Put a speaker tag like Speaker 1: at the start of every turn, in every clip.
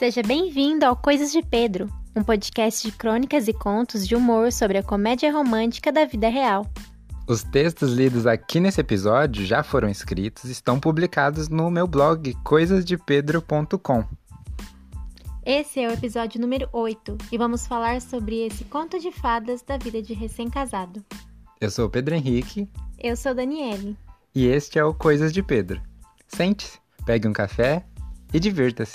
Speaker 1: Seja bem-vindo ao Coisas de Pedro, um podcast de crônicas e contos de humor sobre a comédia romântica da vida real.
Speaker 2: Os textos lidos aqui nesse episódio já foram escritos e estão publicados no meu blog coisasdepedro.com.
Speaker 1: Esse é o episódio número 8 e vamos falar sobre esse conto de fadas da vida de recém-casado.
Speaker 2: Eu sou o Pedro Henrique.
Speaker 1: Eu sou Daniele.
Speaker 2: E este é o Coisas de Pedro. Sente-se, pegue um café e divirta-se.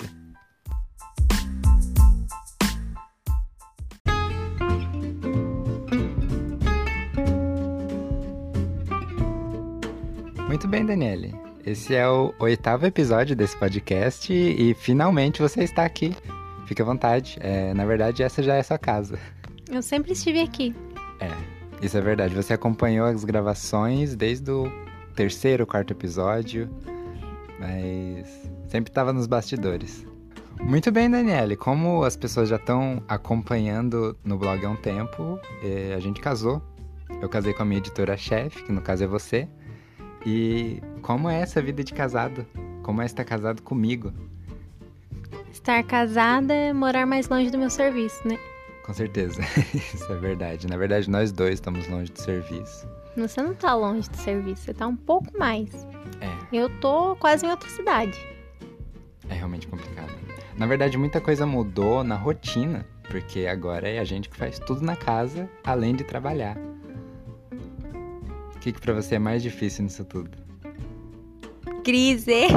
Speaker 2: Muito bem, Daniele. Esse é o 8º episódio desse podcast e finalmente você está aqui. Fique à vontade. Na verdade, essa já é sua casa.
Speaker 1: Eu sempre estive aqui.
Speaker 2: Isso é verdade. Você acompanhou as gravações desde o 3º, 4º episódio, mas sempre estava nos bastidores. Muito bem, Daniele. Como as pessoas já estão acompanhando no blog há um tempo, a gente casou. Eu casei com a minha editora-chefe, que no caso é você. E como é essa vida de casado? Como é estar casado comigo?
Speaker 1: Estar casada é morar mais longe do meu serviço, né?
Speaker 2: Com certeza, isso é verdade. Na verdade, nós dois estamos longe do serviço.
Speaker 1: Você não tá longe do serviço, você tá um pouco mais.
Speaker 2: É.
Speaker 1: Eu tô quase em outra cidade.
Speaker 2: É realmente complicado. Na verdade, muita coisa mudou na rotina, porque agora é a gente que faz tudo na casa, além de trabalhar. O que pra você é mais difícil nisso tudo?
Speaker 1: Crise!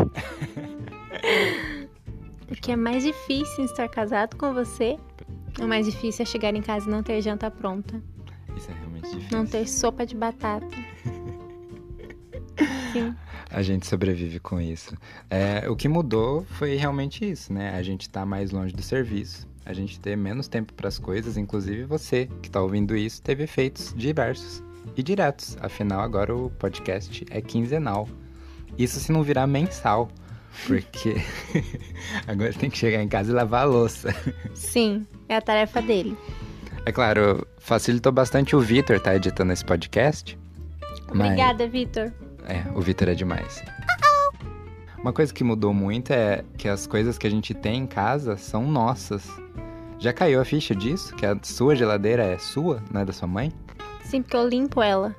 Speaker 1: O que é mais difícil em estar casado com você, o mais difícil é chegar em casa e não ter janta pronta.
Speaker 2: Isso é realmente difícil.
Speaker 1: Não ter sopa de batata. Sim.
Speaker 2: A gente sobrevive com isso. O que mudou foi realmente isso, né? A gente tá mais longe do serviço, a gente ter menos tempo pras coisas, inclusive você que tá ouvindo isso teve efeitos diversos e diretos. Afinal, agora o podcast é quinzenal. Isso se não virar mensal, porque agora tem que chegar em casa e lavar a louça.
Speaker 1: Sim, é a tarefa dele.
Speaker 2: É claro, facilitou bastante o Vitor tá editando esse podcast.
Speaker 1: Obrigada, Vitor.
Speaker 2: O Vitor é demais. Uma coisa que mudou muito é que as coisas que a gente tem em casa são nossas. Já caiu a ficha disso? Que a sua geladeira é sua, não é da sua mãe?
Speaker 1: Sim, porque eu limpo ela.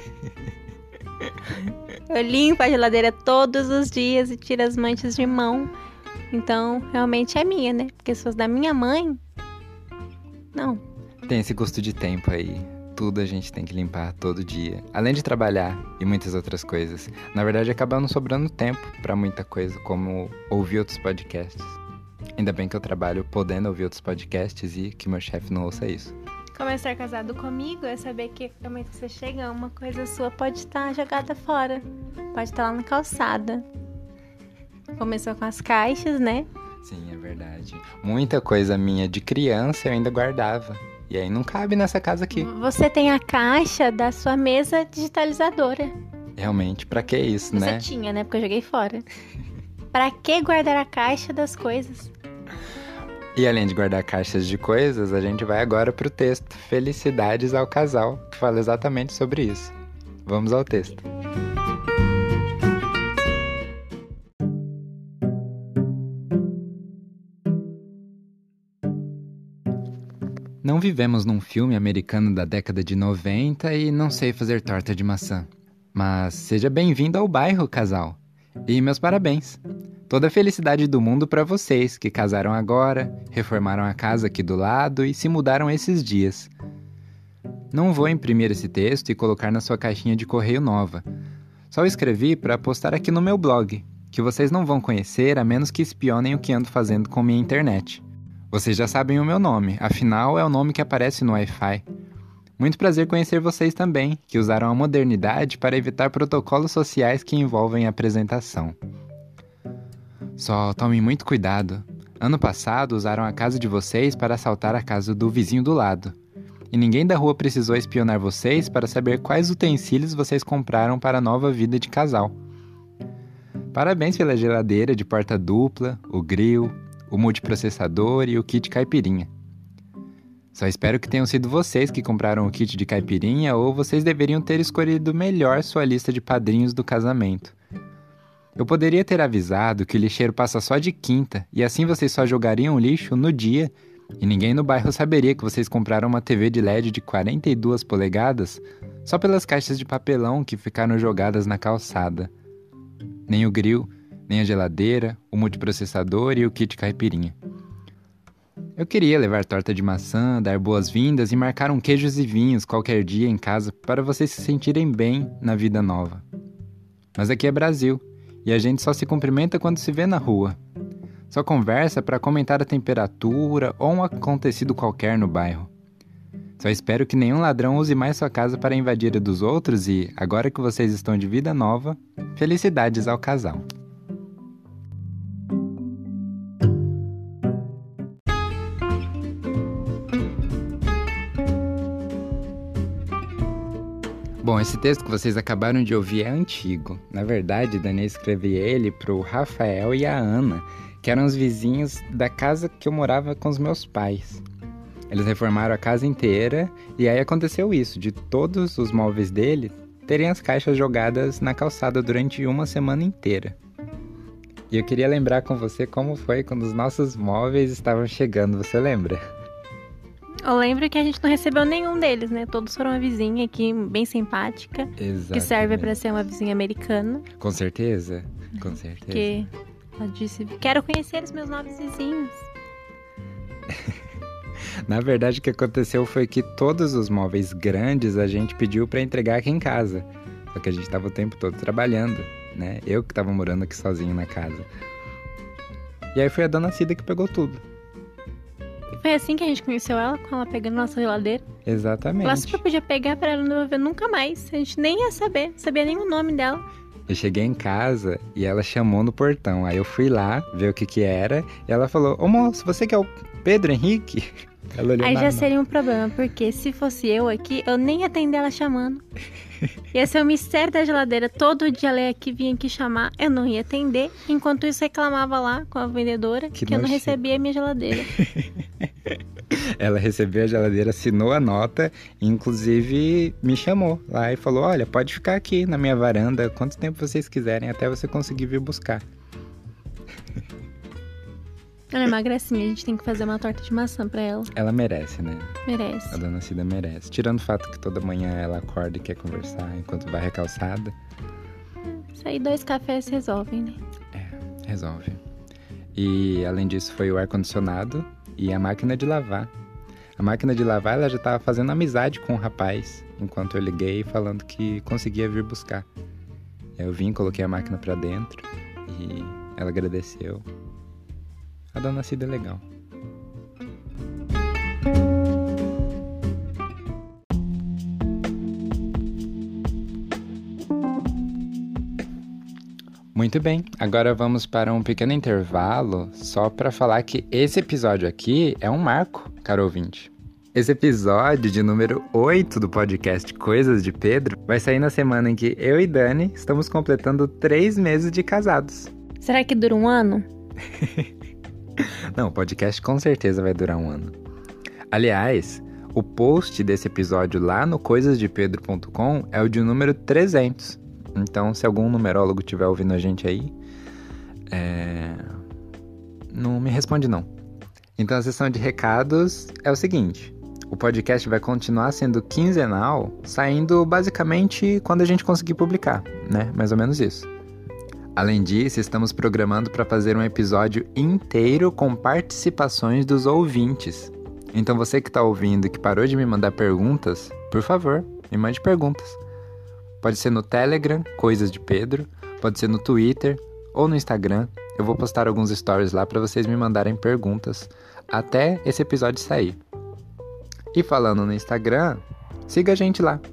Speaker 1: Eu limpo a geladeira todos os dias e tiro as manchas de mão. Então, realmente é minha, né? Porque se fosse da minha mãe... Não.
Speaker 2: Tem esse custo de tempo aí. Tudo a gente tem que limpar todo dia. Além de trabalhar e muitas outras coisas. Na verdade, acaba não sobrando tempo pra muita coisa, como ouvir outros podcasts. Ainda bem que eu trabalho podendo ouvir outros podcasts e que meu chefe não ouça isso.
Speaker 1: Como é estar casado comigo é saber que no momento que você chega, uma coisa sua pode estar jogada fora. Pode estar lá na calçada. Começou com as caixas, né?
Speaker 2: Sim, é verdade. Muita coisa minha de criança eu ainda guardava. E aí não cabe nessa casa aqui.
Speaker 1: Você tem a caixa da sua mesa digitalizadora.
Speaker 2: Realmente, pra que isso, né?
Speaker 1: Você tinha, né? Porque eu joguei fora. Pra que guardar a caixa das coisas?
Speaker 2: E além de guardar caixas de coisas, a gente vai agora pro texto Felicidades ao Casal, que fala exatamente sobre isso. Vamos ao texto. Não vivemos num filme americano da década de 90 e não sei fazer torta de maçã. Mas seja bem-vindo ao bairro, casal. E meus parabéns. Toda a felicidade do mundo para vocês que casaram agora, reformaram a casa aqui do lado e se mudaram esses dias. Não vou imprimir esse texto e colocar na sua caixinha de correio nova. Só escrevi para postar aqui no meu blog, que vocês não vão conhecer a menos que espionem o que ando fazendo com minha internet. Vocês já sabem o meu nome, afinal é o nome que aparece no Wi-Fi. Muito prazer conhecer vocês também, que usaram a modernidade para evitar protocolos sociais que envolvem a apresentação. Só tomem muito cuidado. Ano passado usaram a casa de vocês para assaltar a casa do vizinho do lado. E ninguém da rua precisou espionar vocês para saber quais utensílios vocês compraram para a nova vida de casal. Parabéns pela geladeira de porta dupla, o grill, o multiprocessador e o kit caipirinha. Só espero que tenham sido vocês que compraram o kit de caipirinha ou vocês deveriam ter escolhido melhor sua lista de padrinhos do casamento. Eu poderia ter avisado que o lixeiro passa só de quinta e assim vocês só jogariam o lixo no dia e ninguém no bairro saberia que vocês compraram uma TV de LED de 42 polegadas só pelas caixas de papelão que ficaram jogadas na calçada. Nem o grill, nem a geladeira, o multiprocessador e o kit caipirinha. Eu queria levar torta de maçã, dar boas-vindas e marcar um queijos e vinhos qualquer dia em casa para vocês se sentirem bem na vida nova. Mas aqui é Brasil e a gente só se cumprimenta quando se vê na rua. Só conversa para comentar a temperatura ou um acontecido qualquer no bairro. Só espero que nenhum ladrão use mais sua casa para invadir a dos outros e, agora que vocês estão de vida nova, felicidades ao casal. Bom, esse texto que vocês acabaram de ouvir é antigo. Na verdade, Dani escreveu ele para o Rafael e a Ana, que eram os vizinhos da casa que eu morava com os meus pais. Eles reformaram a casa inteira e aí aconteceu isso, de todos os móveis dele terem as caixas jogadas na calçada durante uma semana inteira. E eu queria lembrar com você como foi quando os nossos móveis estavam chegando, você lembra?
Speaker 1: Eu lembro que a gente não recebeu nenhum deles, né? Todos foram uma vizinha aqui, bem simpática.
Speaker 2: Exatamente.
Speaker 1: Que serve pra ser uma vizinha americana.
Speaker 2: Com certeza, com certeza.
Speaker 1: Porque ela disse, quero conhecer os meus novos vizinhos.
Speaker 2: Na verdade, o que aconteceu foi que todos os móveis grandes a gente pediu pra entregar aqui em casa. Só que a gente tava o tempo todo trabalhando, né? Eu que tava morando aqui sozinho na casa. E aí foi a dona Cida que pegou tudo.
Speaker 1: Foi assim que a gente conheceu ela, com ela pegando nossa geladeira.
Speaker 2: Exatamente.
Speaker 1: Ela super podia pegar pra ela não devolver nunca mais. A gente nem ia saber, não sabia nem o nome dela.
Speaker 2: Eu cheguei em casa e ela chamou no portão. Aí eu fui lá ver o que era. E ela falou, ô moço, você que é o Pedro Henrique? Ela olhou
Speaker 1: aí
Speaker 2: na
Speaker 1: já
Speaker 2: mão.
Speaker 1: seria um problema, porque se fosse eu aqui, eu nem ia atender ela chamando. Ia ser o mistério da geladeira. Todo dia ela ia aqui, vinha aqui chamar, eu não ia atender. Enquanto isso, reclamava lá com a vendedora que eu não recebia a minha geladeira.
Speaker 2: Ela recebeu a geladeira, assinou a nota, inclusive me chamou lá e falou, olha, pode ficar aqui na minha varanda quanto tempo vocês quiserem, até você conseguir vir buscar.
Speaker 1: Ela é uma gracinha, a gente tem que fazer uma torta de maçã pra ela.
Speaker 2: Ela merece, né?
Speaker 1: Merece.
Speaker 2: A dona Cida merece. Tirando o fato que toda manhã ela acorda e quer conversar enquanto vai a calçada.
Speaker 1: Isso aí, 2 cafés resolvem, né?
Speaker 2: É, resolve. E além disso foi o ar-condicionado e a máquina de lavar. A máquina de lavar, ela já tava fazendo amizade com o rapaz, enquanto eu liguei falando que conseguia vir buscar. Eu vim, coloquei a máquina pra dentro e ela agradeceu. A dona Cida é legal. Muito bem, agora vamos para um pequeno intervalo só para falar que esse episódio aqui é um marco, caro ouvinte. Esse episódio de número 8 do podcast Coisas de Pedro vai sair na semana em que eu e Dani estamos completando 3 meses de casados.
Speaker 1: Será que dura um ano?
Speaker 2: Não, o podcast com certeza vai durar um ano. Aliás, o post desse episódio lá no coisasdepedro.com é o de número 300. Então, se algum numerólogo estiver ouvindo a gente aí, não me responde não. Então, a sessão de recados é o seguinte. O podcast vai continuar sendo quinzenal, saindo basicamente quando a gente conseguir publicar, né? Mais ou menos isso. Além disso, estamos programando para fazer um episódio inteiro com participações dos ouvintes. Então você que está ouvindo e que parou de me mandar perguntas, por favor, me mande perguntas. Pode ser no Telegram, Coisas de Pedro, pode ser no Twitter ou no Instagram. Eu vou postar alguns stories lá para vocês me mandarem perguntas até esse episódio sair. E falando no Instagram, siga a gente lá,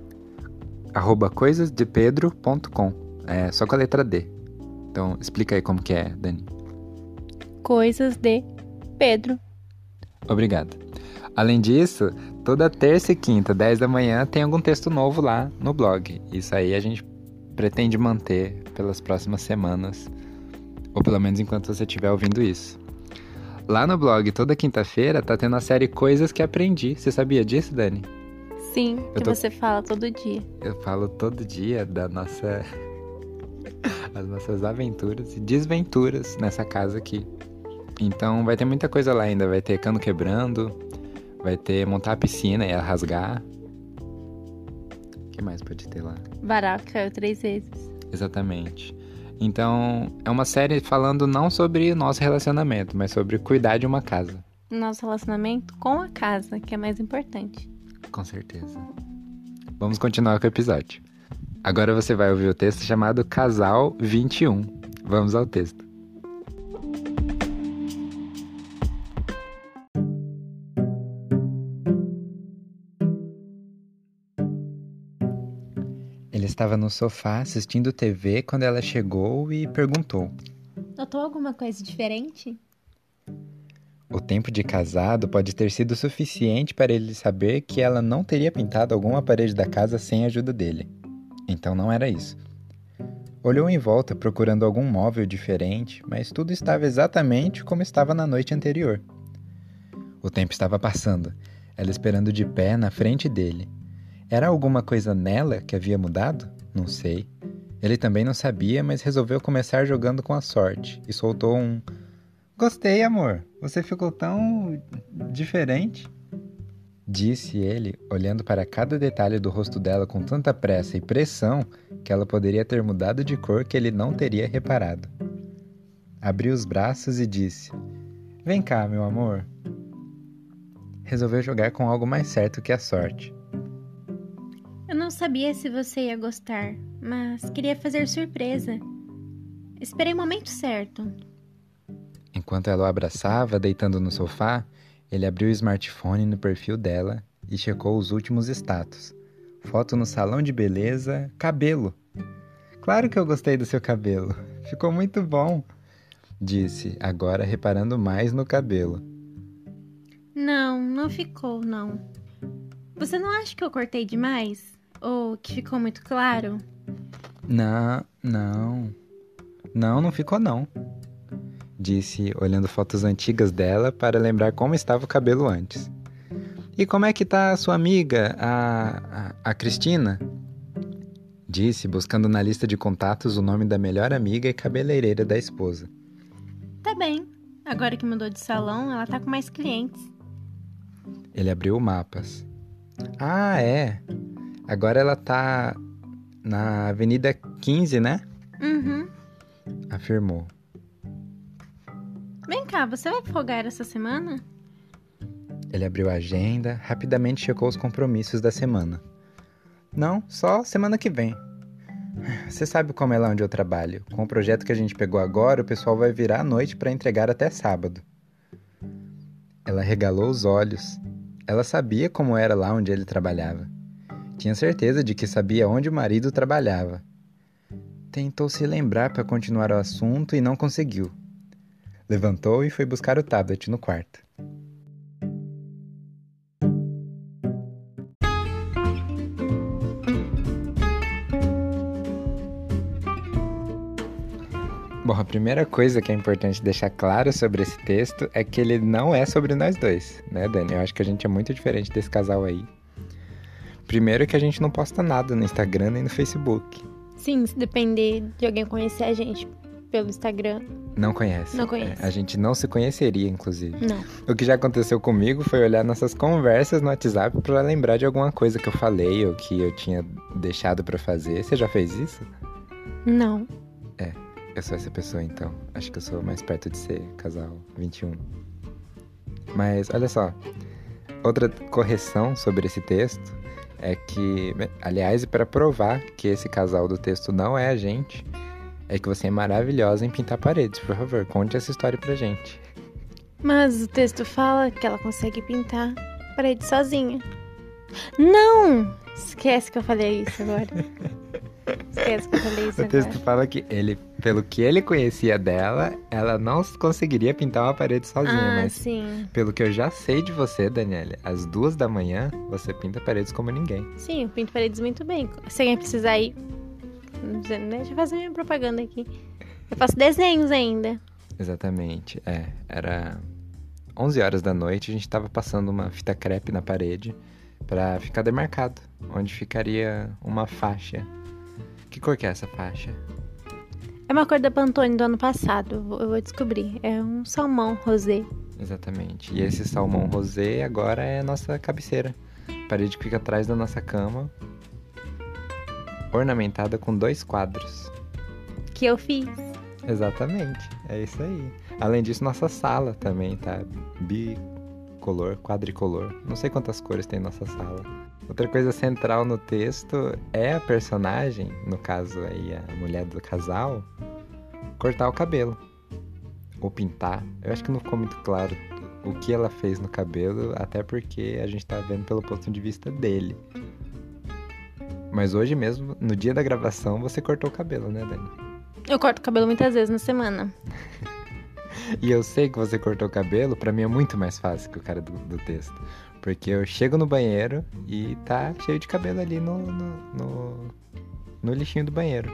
Speaker 2: @coisasdepedro.com, só com a letra D. Então, explica aí como que é, Dani.
Speaker 1: Coisas de Pedro.
Speaker 2: Obrigado. Além disso, toda terça e quinta, 10 da manhã, tem algum texto novo lá no blog. Isso aí a gente pretende manter pelas próximas semanas, ou pelo menos enquanto você estiver ouvindo isso. Lá no blog, toda quinta-feira, tá tendo a série Coisas que Aprendi. Você sabia disso, Dani?
Speaker 1: Sim, que você fala todo dia.
Speaker 2: Eu falo todo dia da nossa... as nossas aventuras e desventuras nessa casa aqui. Então vai ter muita coisa lá ainda, vai ter cano quebrando, vai ter montar a piscina e ela rasgar. O que mais pode ter lá?
Speaker 1: Varal que caiu 3 vezes.
Speaker 2: Exatamente. Então é uma série falando não sobre o nosso relacionamento, mas sobre cuidar de uma casa.
Speaker 1: Nosso relacionamento com a casa, que é mais importante.
Speaker 2: Com certeza. Vamos continuar com o episódio. Agora você vai ouvir o texto chamado Casal 21. Vamos ao texto. Ele estava no sofá assistindo TV quando ela chegou e perguntou:
Speaker 1: Notou alguma coisa diferente?
Speaker 2: O tempo de casado pode ter sido suficiente para ele saber que ela não teria pintado alguma parede da casa sem a ajuda dele. Então não era isso. Olhou em volta procurando algum móvel diferente, mas tudo estava exatamente como estava na noite anterior. O tempo estava passando, ela esperando de pé na frente dele. Era alguma coisa nela que havia mudado? Não sei. Ele também não sabia, mas resolveu começar jogando com a sorte e soltou um: Gostei, amor. Você ficou tão diferente. Disse ele, olhando para cada detalhe do rosto dela com tanta pressa e pressão que ela poderia ter mudado de cor que ele não teria reparado. Abriu os braços e disse: Vem cá, meu amor. Resolveu jogar com algo mais certo que a sorte.
Speaker 1: Eu não sabia se você ia gostar, mas queria fazer surpresa. Esperei o momento certo.
Speaker 2: Enquanto ela o abraçava, deitando no sofá, ele abriu o smartphone no perfil dela e checou os últimos status. Foto no salão de beleza, cabelo. Claro que eu gostei do seu cabelo. Ficou muito bom, disse, agora reparando mais no cabelo.
Speaker 1: Não ficou, não. Você não acha que eu cortei demais? Ou que ficou muito claro?
Speaker 2: Não ficou não. Disse, olhando fotos antigas dela para lembrar como estava o cabelo antes. E como é que tá a sua amiga, a Cristina? Disse, buscando na lista de contatos o nome da melhor amiga e cabeleireira da esposa.
Speaker 1: Tá bem. Agora que mudou de salão, ela tá com mais clientes.
Speaker 2: Ele abriu mapas. Ah, é. Agora ela tá na Avenida 15, né?
Speaker 1: Uhum.
Speaker 2: Afirmou.
Speaker 1: Vem cá, você vai folgar essa semana?
Speaker 2: Ele abriu a agenda, rapidamente checou os compromissos da semana. Não, só semana que vem. Você sabe como é lá onde eu trabalho. Com o projeto que a gente pegou agora, o pessoal vai virar à noite para entregar até sábado. Ela regalou os olhos. Ela sabia como era lá onde ele trabalhava. Tinha certeza de que sabia onde o marido trabalhava. Tentou se lembrar para continuar o assunto e não conseguiu. Levantou e foi buscar o tablet no quarto. Bom, a primeira coisa que é importante deixar claro sobre esse texto é que ele não é sobre nós dois, né, Dani? Eu acho que a gente é muito diferente desse casal aí. Primeiro que a gente não posta nada no Instagram nem no Facebook.
Speaker 1: Sim, se depender de alguém conhecer a gente pelo Instagram.
Speaker 2: Não conhece.
Speaker 1: Não conhece.
Speaker 2: A gente não se conheceria, inclusive.
Speaker 1: Não.
Speaker 2: O que já aconteceu comigo foi olhar nossas conversas no WhatsApp pra lembrar de alguma coisa que eu falei ou que eu tinha deixado pra fazer. Você já fez isso?
Speaker 1: Não.
Speaker 2: Eu sou essa pessoa, então. Acho que eu sou mais perto de ser casal 21. Mas, olha só. Outra correção sobre esse texto é que, aliás, para provar que esse casal do texto não é a gente, é que você é maravilhosa em pintar paredes. Por favor, conte essa história pra gente.
Speaker 1: Mas o texto fala que ela consegue pintar a parede sozinha. Não! Esquece que eu falei isso agora. Esquece que eu falei isso
Speaker 2: O texto
Speaker 1: agora.
Speaker 2: fala que ele, pelo que ele conhecia dela, ela não conseguiria pintar uma parede sozinha, mas
Speaker 1: Sim.
Speaker 2: pelo que eu já sei de você, Daniela, às 2 da manhã você pinta paredes como ninguém.
Speaker 1: Sim, eu pinto paredes muito bem. Se alguém precisar ir... Deixa eu fazer minha propaganda aqui. Eu faço desenhos ainda.
Speaker 2: Exatamente, era 11 horas da noite, a gente tava passando uma fita crepe na parede pra ficar demarcado, onde ficaria uma faixa. Que cor que é essa faixa?
Speaker 1: É uma cor da Pantone do ano passado, eu vou descobrir. É um salmão rosé.
Speaker 2: Exatamente. E esse salmão rosé agora é a nossa cabeceira. A parede que fica atrás da nossa cama, ornamentada com 2 quadros.
Speaker 1: Que eu fiz.
Speaker 2: Exatamente, é isso aí. Além disso, nossa sala também tá bicolor, quadricolor. Não sei quantas cores tem nossa sala. Outra coisa central no texto é a personagem, no caso aí a mulher do casal, cortar o cabelo. Ou pintar. Eu acho que não ficou muito claro o que ela fez no cabelo, até porque a gente tá vendo pelo ponto de vista dele. Mas hoje mesmo, no dia da gravação, você cortou o cabelo, né, Dani?
Speaker 1: Eu corto o cabelo muitas vezes na semana.
Speaker 2: E eu sei que você cortou o cabelo, pra mim é muito mais fácil que o cara do texto. Porque eu chego no banheiro e tá cheio de cabelo ali no lixinho do banheiro.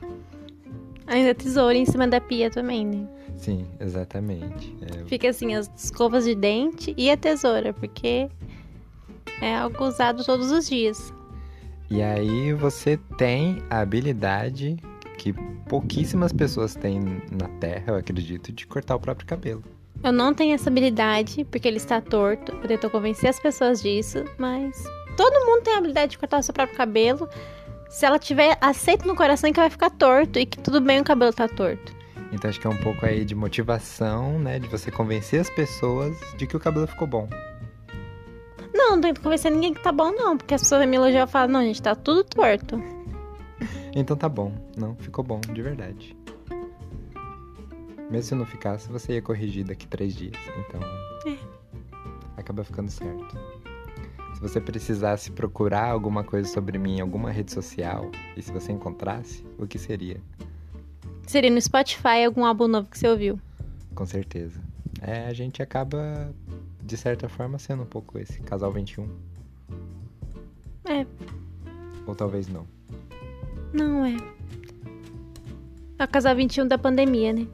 Speaker 1: Ainda tesoura em cima da pia também, né?
Speaker 2: Sim, exatamente.
Speaker 1: Fica assim, as escovas de dente e a tesoura, porque é algo usado todos os dias.
Speaker 2: E aí você tem a habilidade que pouquíssimas pessoas têm na Terra, eu acredito, de cortar o próprio cabelo.
Speaker 1: Eu não tenho essa habilidade, porque ele está torto. Eu tento convencer as pessoas disso, mas todo mundo tem a habilidade de cortar o seu próprio cabelo. Se ela tiver aceito no coração que vai ficar torto e que tudo bem o cabelo tá torto.
Speaker 2: Então acho que é um pouco aí de motivação, né? De você convencer as pessoas de que o cabelo ficou bom.
Speaker 1: Não tento convencer ninguém que tá bom, não. Porque as pessoas me elogiam e falam, não, gente, tá tudo torto.
Speaker 2: Então tá bom. Não, ficou bom, de verdade. Mesmo se não ficasse, você ia corrigir daqui 3 dias. Então, acaba ficando certo. Se você precisasse procurar alguma coisa sobre mim em alguma rede social, e se você encontrasse, o que seria?
Speaker 1: Seria no Spotify algum álbum novo que você ouviu.
Speaker 2: Com certeza. A gente acaba, de certa forma, sendo um pouco esse Casal 21. Ou talvez não.
Speaker 1: Não é. É o Casal 21 da pandemia, né?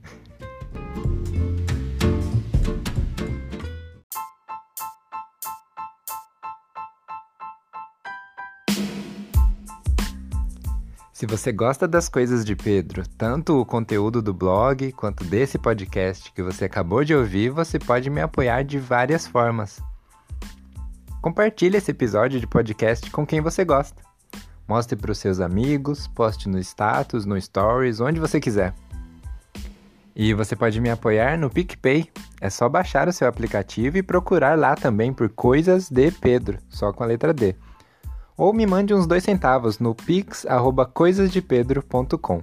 Speaker 2: Se você gosta das coisas de Pedro, tanto o conteúdo do blog quanto desse podcast que você acabou de ouvir, você pode me apoiar de várias formas. Compartilhe esse episódio de podcast com quem você gosta. Mostre para os seus amigos, poste no status, no stories, onde você quiser. E você pode me apoiar no PicPay. É só baixar o seu aplicativo e procurar lá também por Coisas de Pedro, só com a letra D. Ou me mande uns 2 centavos no pix@coisasdepedro.com.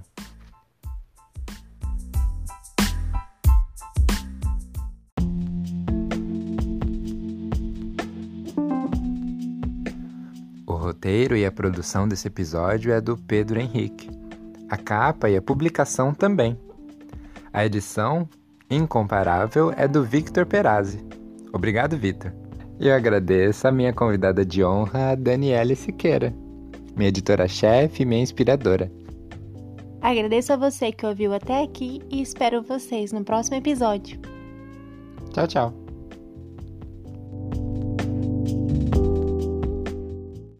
Speaker 2: O roteiro e a produção desse episódio é do Pedro Henrique. A capa e a publicação também. A edição, incomparável, é do Victor Perazzi. Obrigado, Victor. E eu agradeço a minha convidada de honra, a Daniele Siqueira, minha editora-chefe e minha inspiradora.
Speaker 1: Agradeço a você que ouviu até aqui e espero vocês no próximo episódio.
Speaker 2: Tchau, tchau.